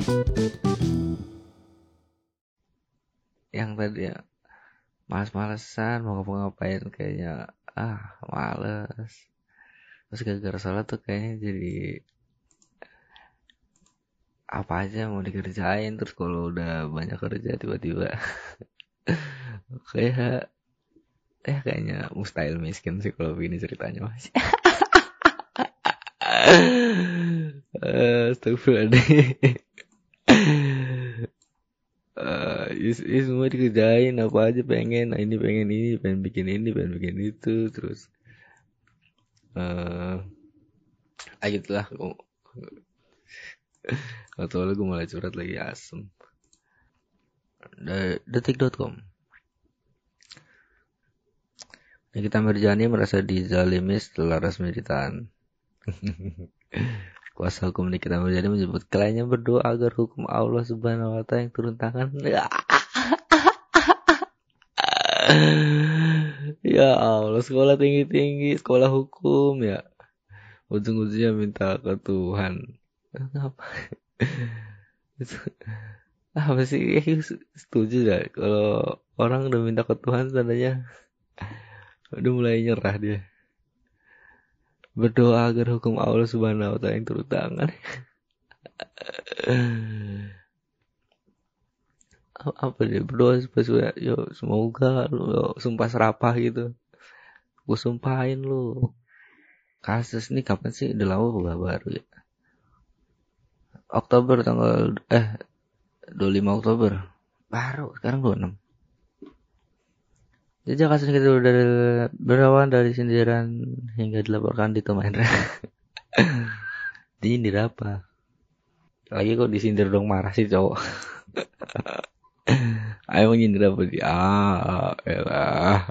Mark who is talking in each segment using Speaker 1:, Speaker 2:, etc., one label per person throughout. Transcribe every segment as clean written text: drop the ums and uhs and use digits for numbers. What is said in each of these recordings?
Speaker 1: Yang tadi ya males-malesan mau ngapa-ngapain kayaknya males. Terus gara-gara salah tuh kayaknya jadi apa aja mau dikerjain. Terus kalau udah banyak kerja tiba-tiba kayak kayaknya mustahil miskin sih kalau begini ceritanya mas. Astagfirullahaladzim. Semua dikerjain apa aja pengen, ini pengen ini, pengen bikin ini, pengen bikin itu, terus gitulah. Gak tau lah, gue mulai curhat lagi asem. Detik.com. Nikita Mirjani merasa dizalimi setelah resmi ditahan. Kuasa hukum Nikita Mirjani menyebut kliennya berdoa agar hukum Allah Subhanahu wa Ta'ala yang turun tangan. Ya Allah, sekolah tinggi-tinggi, sekolah hukum ya. Ujung-ujungnya minta ke Tuhan. Ngapa? Apa sih? Setuju gak? Kalau orang udah minta ke Tuhan, tandanya udah mulai nyerah dia. Berdoa agar hukum Allah Subhanahu wa Ta'ala yang turun tangan. Apa dia berdoa supaya semoga lu sumpah serapah gitu. Gue sumpahin lu. Kasus ini kapan sih? Udah lama baru ya. Oktober tanggal 25 Oktober. Baru sekarang 26. Jadi kasus kita udah berawal dari sindiran hingga dilaporkan di Tom Hendra. Disindir apa? Lagi kok disindir dong, marah sih cowok. Ayo nyindir apa dia? Elah.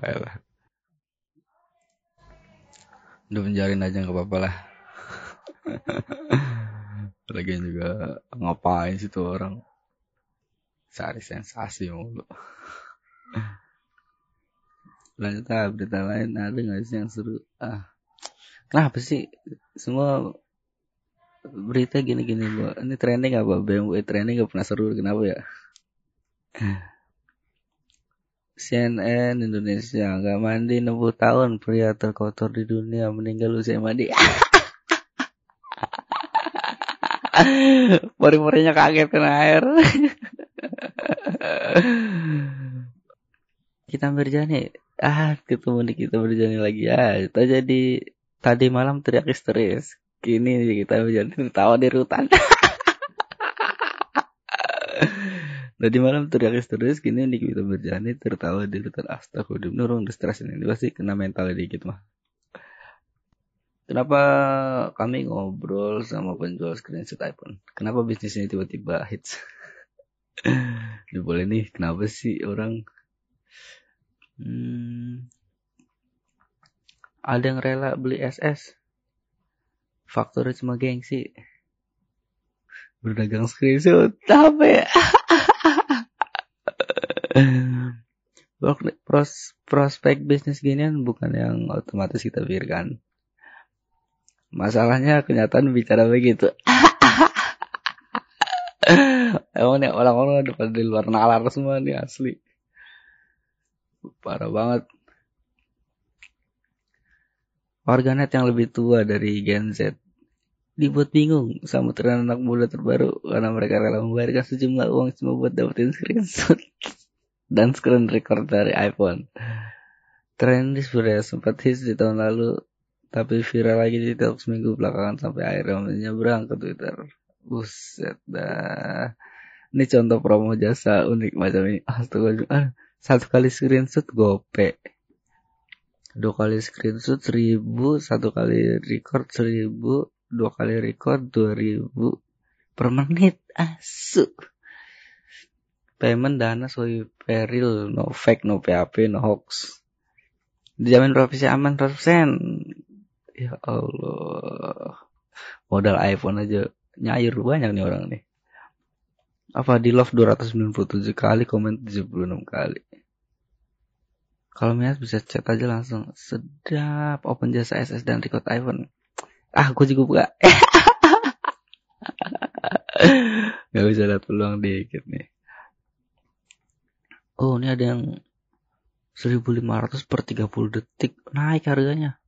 Speaker 1: Udah penjarin aja gak apa-apa lah. Lagian juga ngapain sih tuh orang cari sensasi mulu. Lanjut berita lain, ada gak sih yang seru? Kenapa sih semua berita gini-gini? Ini trending apa? BMW trending gak pernah seru, kenapa ya? CNN Indonesia, gak mandi 60 tahun, pria terkotor di dunia meninggal usai mandi. Pori-porinya kaget kena air. Kita Mirjani, ketemu Nikita Mirjani lagi ya. Kita jadi tadi malam teriak histeris, kini kita Mirjani tawa di rutan. Tadi malam teriak histeris, kini Nikita Mirjani tertawa di rutan. Astagfirullah, nurung stres ini pasti kena mental dikit mah. Kenapa kami ngobrol sama penjual screenshot iPhone? Kenapa bisnis ini tiba-tiba hits? Boleh nih, kenapa sih orang ada yang rela beli SS? Faktornya cuma gengsi. Berdagang screenshot, apa ya? Prospek bisnis ginian bukan yang otomatis kita pikirkan. Masalahnya kenyataan bicara begitu. Emang nih orang-orang udah di luar nalar semua nih asli. Parah banget. Warganet yang lebih tua dari Gen Z dibuat bingung sama tren anak muda terbaru karena mereka rela membayarkan sejumlah uang cuma buat dapetin screenshot dan screen record dari iPhone. Tren ini sebenarnya sempat hits di tahun lalu, tapi viral lagi di TikTok seminggu belakangan sampai akhirnya menyeberang ke Twitter. Buset dah. Ini contoh promo jasa unik macam ini. Astagfirullah. 1 kali screenshot gope. 2 kali screenshot 1.000, 1 kali record 1.000, 2 kali record 2.000 per menit. Asu. Payment dana sesuai peril, no fake, no PHP, no hoax. Dijamin profesi aman 100%. Ya Allah. Modal iPhone aja nyair banyak nih orang nih. Apa di love 297 kali, komen 76 kali. Kalau minat bisa chat aja langsung. Sedap, open jasa SS dan record iPhone. Gue juga buka. Gak bisa lihat peluang dikit nih. Oh, ini ada yang 1.500 per 30 detik. Naik harganya.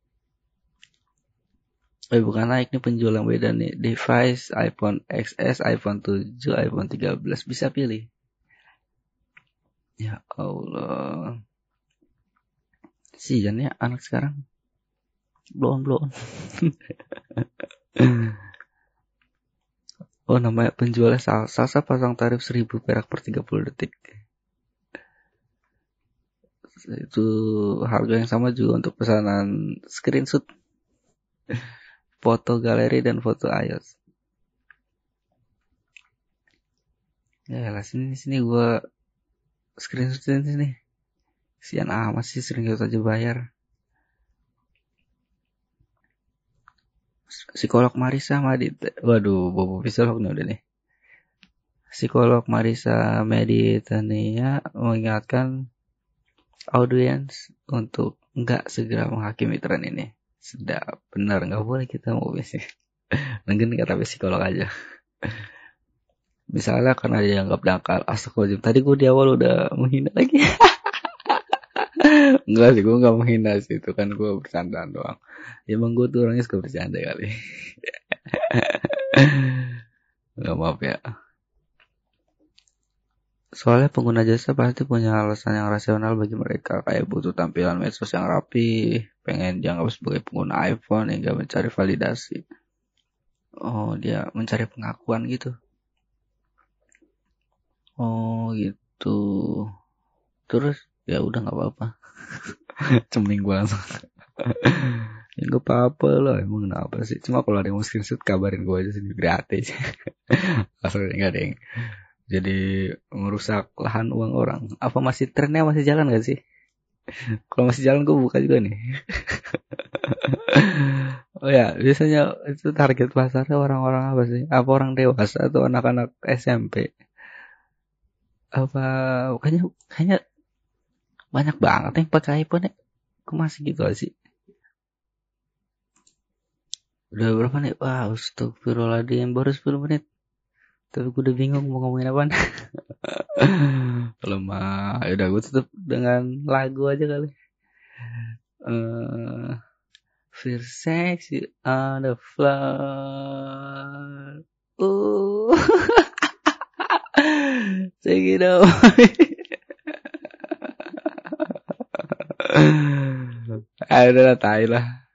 Speaker 1: Bukan naik, nih penjual yang beda nih. Device iPhone XS, iPhone 7, iPhone 13. Bisa pilih. Ya Allah. Sian ya anak sekarang. Blow on. Oh, namanya penjualnya Salsa pasang tarif 1.000 perak per 30 detik. Itu harga yang sama juga untuk pesanan screenshot, foto galeri dan foto iOS. Ya lah, sini gue screenshot sini. Sian amat sih, screenshot aja bayar. Psikolog Marisa Madita. Waduh, bobo psikolog nih udah nih. Psikolog Marisa Meditania mengingatkan audiens untuk nggak segera menghakimi tren ini. Sedap, benar, nggak boleh kita mau sih. Mungkin kata psikolog aja. Misalnya karena dia dianggap dangkal, astagfirullahaladzim. Tadi gue di awal udah menghina lagi. Enggak sih, gue gak menghina sih. Itu kan gue bercandaan doang. Ya emang gue tuh orangnya suka bercanda kali. Gak, maaf ya. Soalnya pengguna jasa pasti punya alasan yang rasional bagi mereka. Kayak butuh tampilan medsos yang rapi, pengen dianggap sebagai pengguna iPhone, hingga mencari validasi. Oh, dia mencari pengakuan gitu. Oh gitu. Terus ya udah nggak apa-apa. Ceming gue langsung. Ya nggak apa-apa lah, emang kenapa sih? Cuma kalau ada yang mau screenshot kabarin gue aja sini gratis. Asal nggak ada yang jadi merusak lahan uang orang. Apa masih trennya masih jalan gak sih? Kalau masih jalan gue buka juga nih. Oh ya, biasanya itu target pasarnya orang-orang apa sih? Apa orang dewasa atau anak-anak SMP? Apa kayaknya banyak banget yang pakai iPhone ya. Kok masih gitu aja sih? Udah berapa nih? Wah, astagfirullahaladzim, baru 10 menit. Tapi gue udah bingung mau ngomongin apaan. Lemah. Yaudah, gue tutup dengan lagu aja kali. Feel sexy on the floor. Take it away. Udah lah, tai lah.